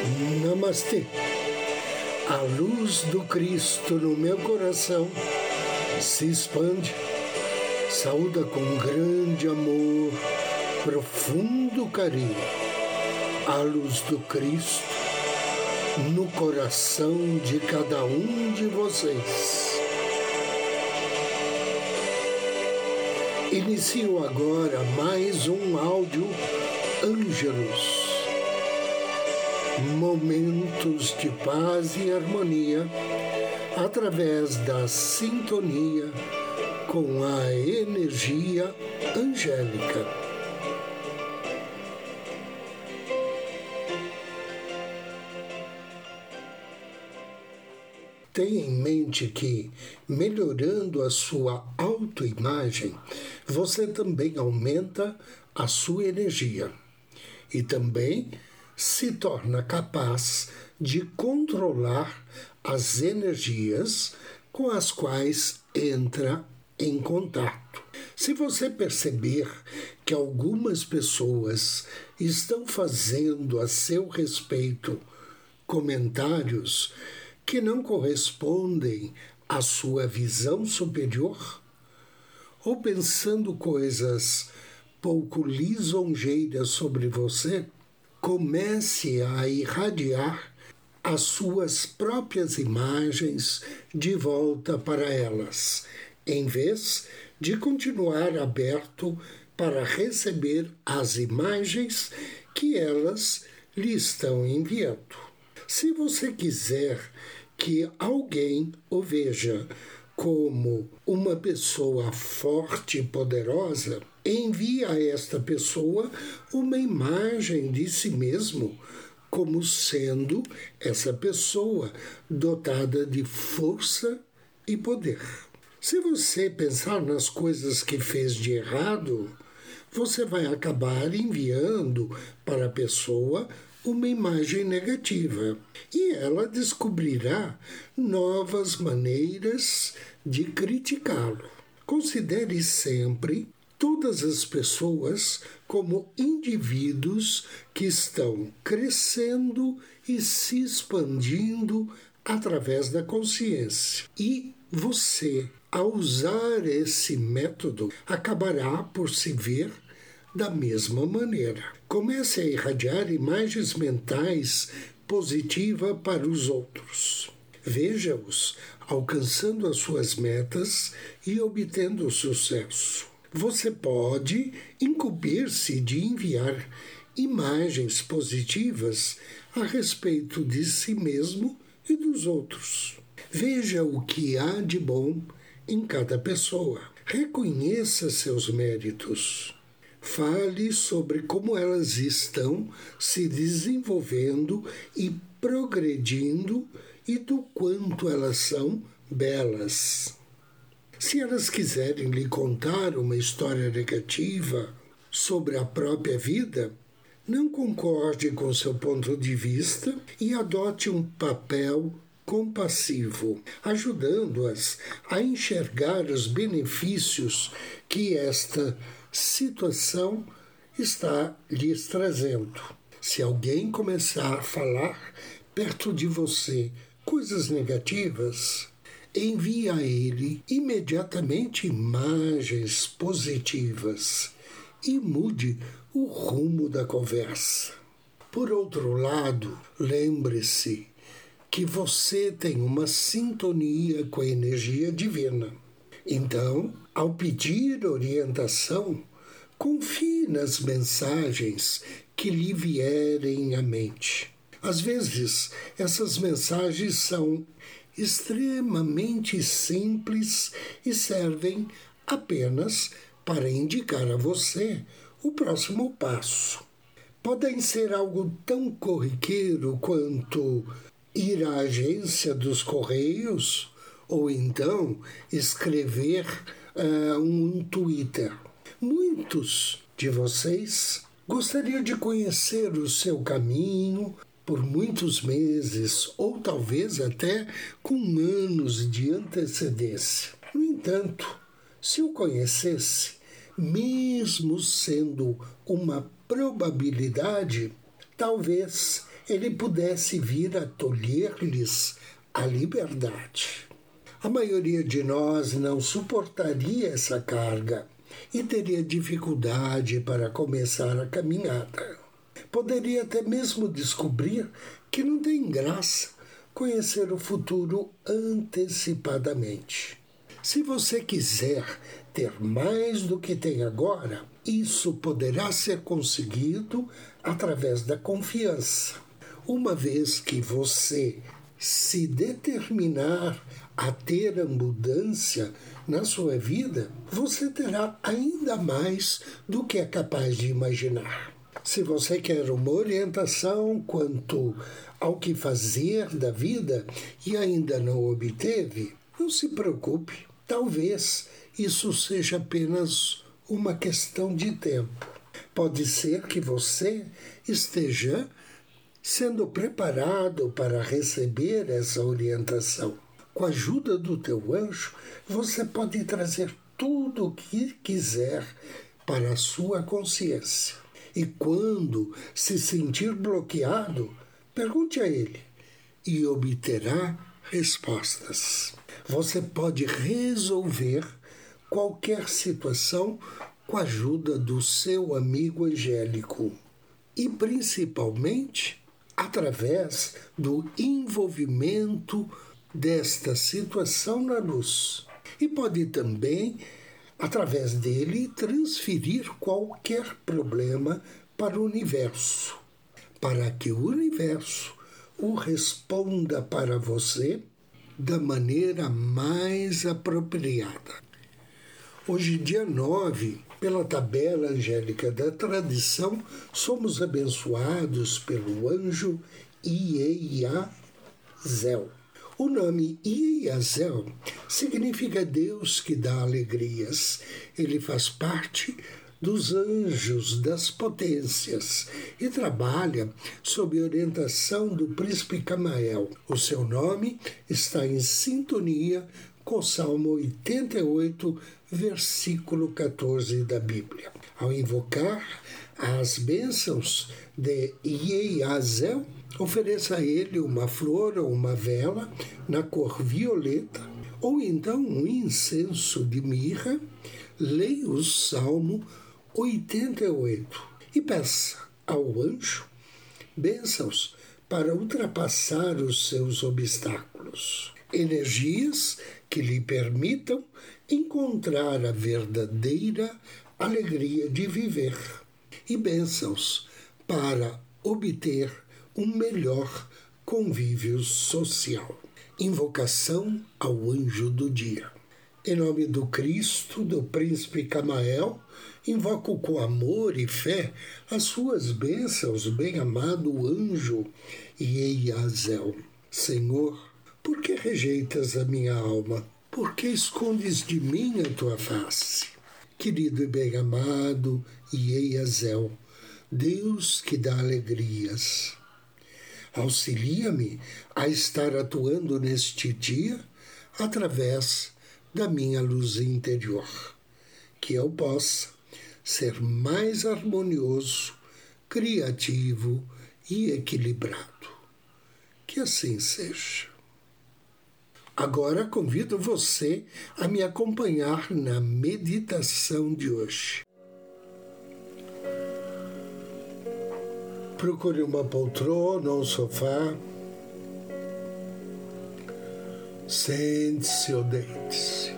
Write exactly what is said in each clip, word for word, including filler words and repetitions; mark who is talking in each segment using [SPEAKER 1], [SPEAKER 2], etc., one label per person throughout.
[SPEAKER 1] Namastê. A luz do Cristo no meu coração se expande, saúda com grande amor, profundo carinho, a luz do Cristo no coração de cada um de vocês. Inicio agora mais um áudio Ângelos. Momentos de paz e harmonia através da sintonia com a energia angélica. Tenha em mente que, melhorando a sua autoimagem, você também aumenta a sua energia e também se torna capaz de controlar as energias com as quais entra em contato. Se você perceber que algumas pessoas estão fazendo a seu respeito comentários que não correspondem à sua visão superior, ou pensando coisas pouco lisonjeiras sobre você, comece a irradiar as suas próprias imagens de volta para elas, em vez de continuar aberto para receber as imagens que elas lhe estão enviando. Se você quiser que alguém o veja como uma pessoa forte e poderosa, envie a esta pessoa uma imagem de si mesmo como sendo essa pessoa dotada de força e poder. Se você pensar nas coisas que fez de errado, você vai acabar enviando para a pessoa uma imagem negativa e ela descobrirá novas maneiras de criticá-lo. Considere sempre todas as pessoas como indivíduos que estão crescendo e se expandindo através da consciência. E você, ao usar esse método, acabará por se ver da mesma maneira. Comece a irradiar imagens mentais positivas para os outros. Veja-os alcançando as suas metas e obtendo sucesso. Você pode incumbir-se de enviar imagens positivas a respeito de si mesmo e dos outros. Veja o que há de bom em cada pessoa. Reconheça seus méritos. Fale sobre como elas estão se desenvolvendo e progredindo e do quanto elas são belas. Se elas quiserem lhe contar uma história negativa sobre a própria vida, não concorde com seu ponto de vista e adote um papel compassivo, ajudando-as a enxergar os benefícios que esta situação está lhes trazendo. Se alguém começar a falar perto de você coisas negativas, envie a ele imediatamente imagens positivas e mude o rumo da conversa. Por outro lado, lembre-se que você tem uma sintonia com a energia divina. Então, ao pedir orientação, confie nas mensagens que lhe vierem à mente. Às vezes, essas mensagens são extremamente simples e servem apenas para indicar a você o próximo passo. Podem ser algo tão corriqueiro quanto ir à agência dos Correios ou então escrever uh, um Twitter. Muitos de vocês gostariam de conhecer o seu caminho por muitos meses ou talvez até com anos de antecedência. No entanto, se o conhecesse, mesmo sendo uma probabilidade, talvez ele pudesse vir a tolher-lhes a liberdade. A maioria de nós não suportaria essa carga e teria dificuldade para começar a caminhada. Poderia até mesmo descobrir que não tem graça conhecer o futuro antecipadamente. Se você quiser ter mais do que tem agora, isso poderá ser conseguido através da confiança. Uma vez que você se determinar a ter abundância na sua vida, você terá ainda mais do que é capaz de imaginar. Se você quer uma orientação quanto ao que fazer da vida e ainda não obteve, não se preocupe. Talvez isso seja apenas uma questão de tempo. Pode ser que você esteja sendo preparado para receber essa orientação. Com a ajuda do teu anjo, você pode trazer tudo o que quiser para a sua consciência. E quando se sentir bloqueado, pergunte a ele e obterá respostas. Você pode resolver qualquer situação com a ajuda do seu amigo angélico e, principalmente, através do envolvimento desta situação na luz. E pode também, através dele, transferir qualquer problema para o universo, para que o universo o responda para você da maneira mais apropriada. Hoje, dia nove, pela tabela angélica da tradição, somos abençoados pelo anjo Ieiazel. O nome Ieiazel significa Deus que dá alegrias. Ele faz parte dos anjos das potências e trabalha sob orientação do príncipe Camael. O seu nome está em sintonia com o Salmo oitenta e oito, versículo quatorze da Bíblia. Ao invocar as bênçãos de Ieiazel, ofereça a ele uma flor ou uma vela na cor violeta, ou então um incenso de mirra. Leia o Salmo oitenta e oito e peça ao anjo bênçãos para ultrapassar os seus obstáculos. Energias que lhe permitam encontrar a verdadeira alegria de viver e bênçãos para obter um melhor convívio social. Invocação ao anjo do dia. Em nome do Cristo, do príncipe Camael, invoco com amor e fé as suas bênçãos, bem-amado anjo Ieiazel. Senhor, por que rejeitas a minha alma? Por que escondes de mim a tua face? Querido e bem-amado Ieiazel, Deus que dá alegrias, auxilia-me a estar atuando neste dia através da minha luz interior, que eu possa ser mais harmonioso, criativo e equilibrado. Que assim seja. Agora convido você a me acompanhar na meditação de hoje. Procure uma poltrona ou um sofá. Sente-se ou deite-se.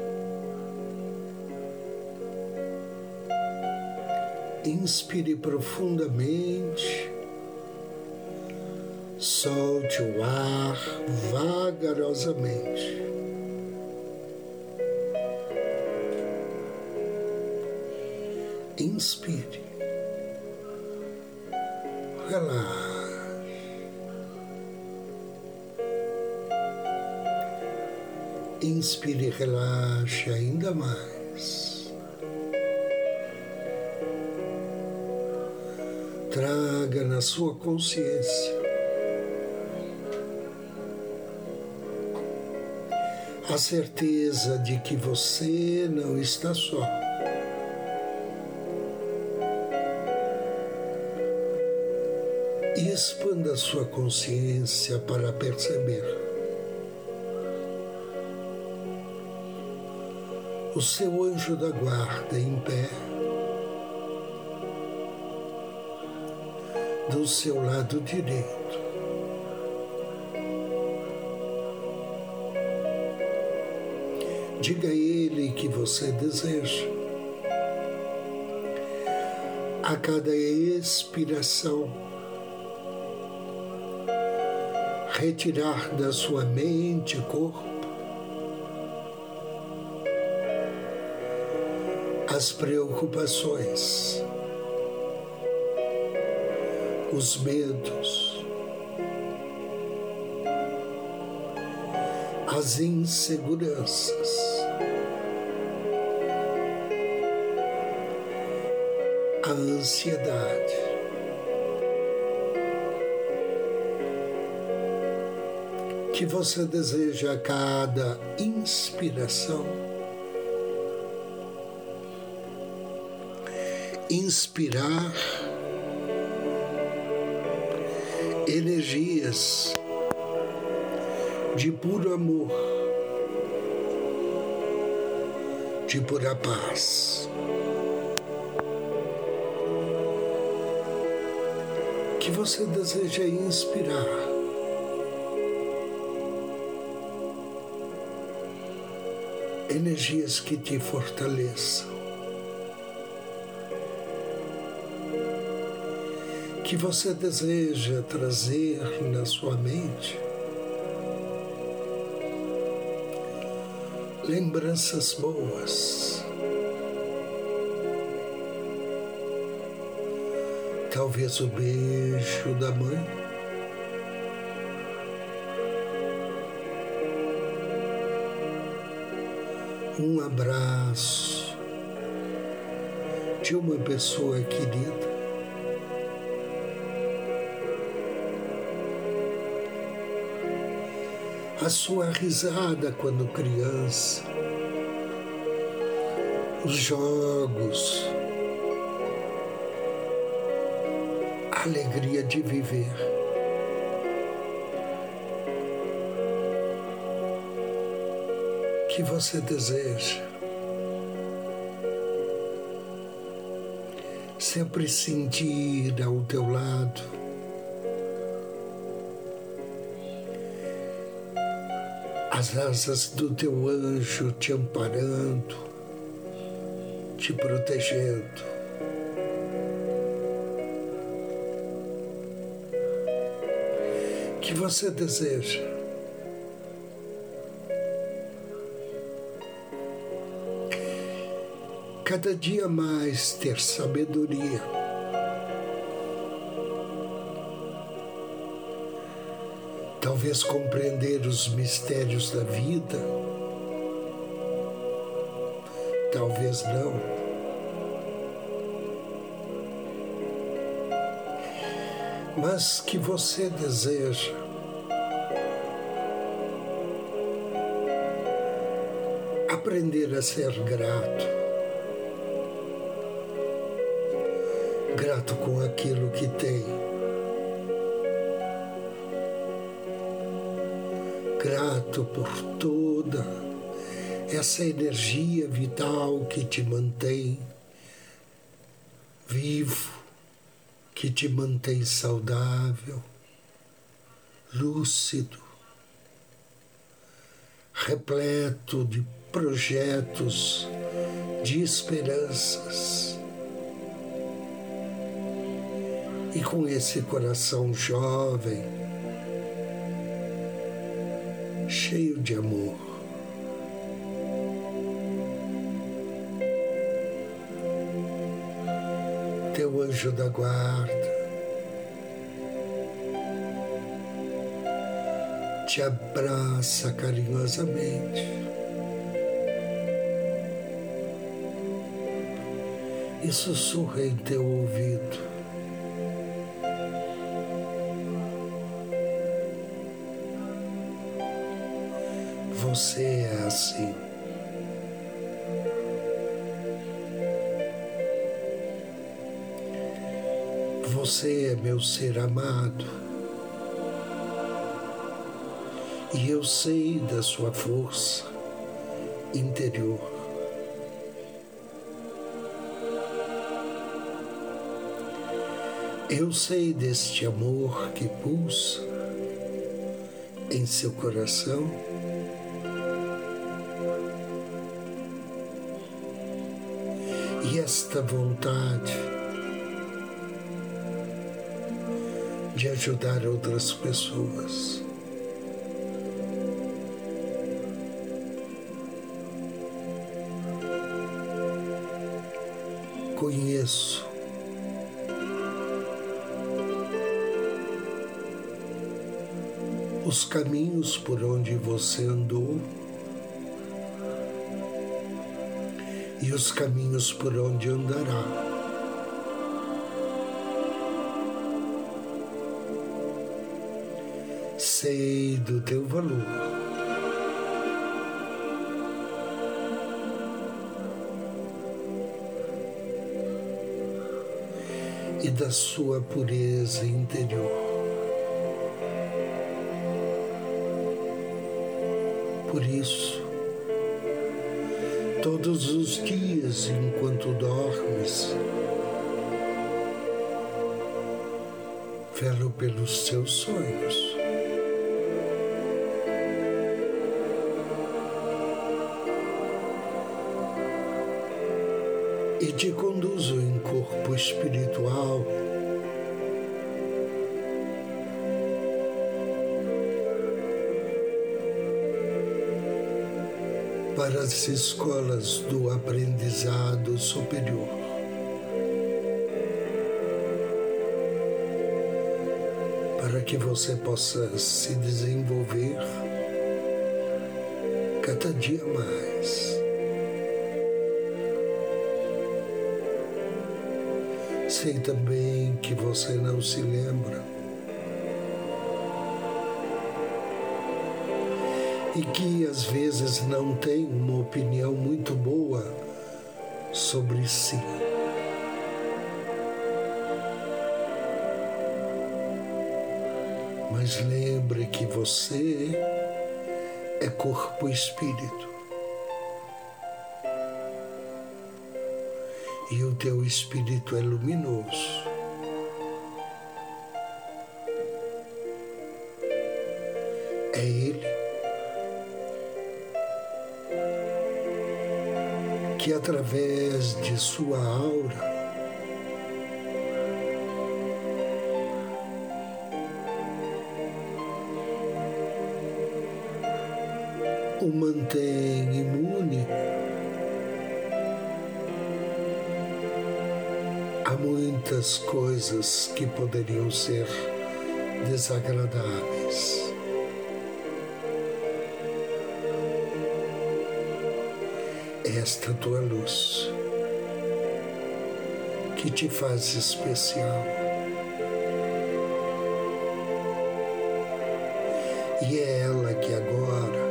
[SPEAKER 1] Inspire profundamente. Solte o ar vagarosamente. Inspire. Relaxe. Inspire e relaxe ainda mais. Traga na sua consciência a certeza de que você não está só. E E expanda sua consciência para perceber o seu anjo da guarda em pé, do seu lado direito. Diga a ele que você deseja, a cada expiração, retirar da sua mente e corpo as preocupações, os medos, as inseguranças, a ansiedade. Que você deseja a cada inspiração, inspirar energias de puro amor, de pura paz. Que você deseja inspirar energias que te fortaleçam, que você deseja trazer na sua mente lembranças boas, talvez o beijo da mãe, um abraço de uma pessoa querida, a sua risada quando criança, os jogos, a alegria de viver. Que você deseja sempre sentir ao teu lado as asas do teu anjo te amparando, te protegendo. Que você deseja cada dia mais ter sabedoria, talvez compreender os mistérios da vida, talvez não. Mas que você deseja aprender a ser grato. Grato com aquilo que tem, grato por toda essa energia vital que te mantém vivo, que te mantém saudável, lúcido, repleto de projetos, de esperanças. E com esse coração jovem, cheio de amor, teu anjo da guarda te abraça carinhosamente e sussurra em teu ouvido: você é assim. Você é meu ser amado e eu sei da sua força interior. Eu sei deste amor que pulsa em seu coração e esta vontade de ajudar outras pessoas. Conheço os caminhos por onde você andou e os caminhos por onde andará. Sei do teu valor. E da sua pureza interior. Por isso, todos os dias, enquanto dormes, velo pelos seus sonhos. E te conduzo em corpo espiritual para as escolas do aprendizado superior. Para que você possa se desenvolver cada dia mais. Sei também que você não se lembra e que às vezes não tem uma opinião muito boa sobre si. Mas lembre que você é corpo e espírito. E o teu espírito é luminoso. É ele que, através de sua aura, o mantém imune a muitas coisas que poderiam ser desagradáveis. Esta tua luz que te faz especial. E é ela que agora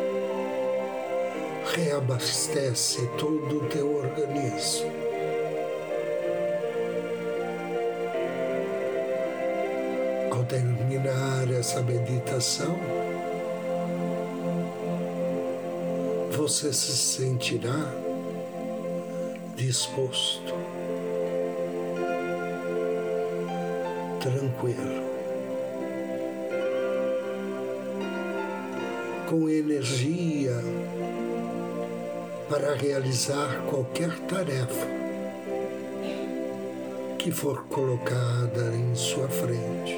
[SPEAKER 1] reabastece todo o teu organismo. Ao terminar essa meditação, você se sentirá disposto, tranquilo, com energia para realizar qualquer tarefa que for colocada em sua frente.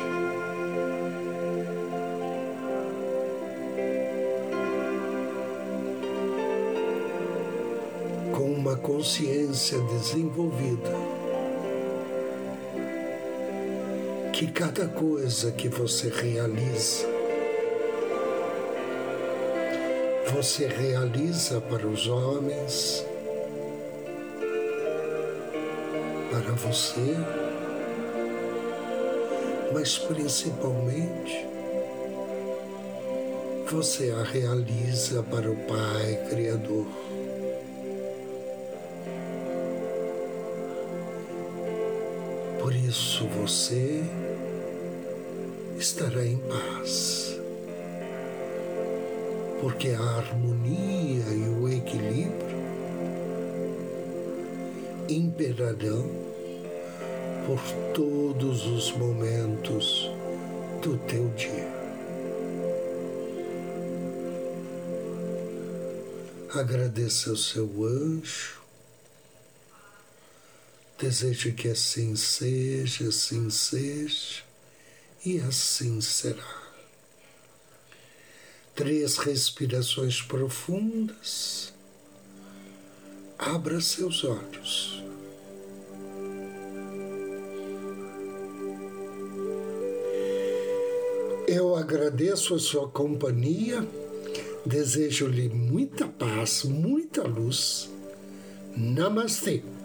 [SPEAKER 1] Com uma consciência desenvolvida, que cada coisa que você realiza, você realiza para os homens, para você, mas principalmente você a realiza para o Pai Criador. Por isso você estará em paz, porque a harmonia e o equilíbrio imperarão por todos os momentos do teu dia. Agradeça ao seu anjo, desejo que assim seja, assim seja, e assim será. Três respirações profundas. Abra seus olhos. Eu agradeço a sua companhia, desejo-lhe muita paz, muita luz. Namastê.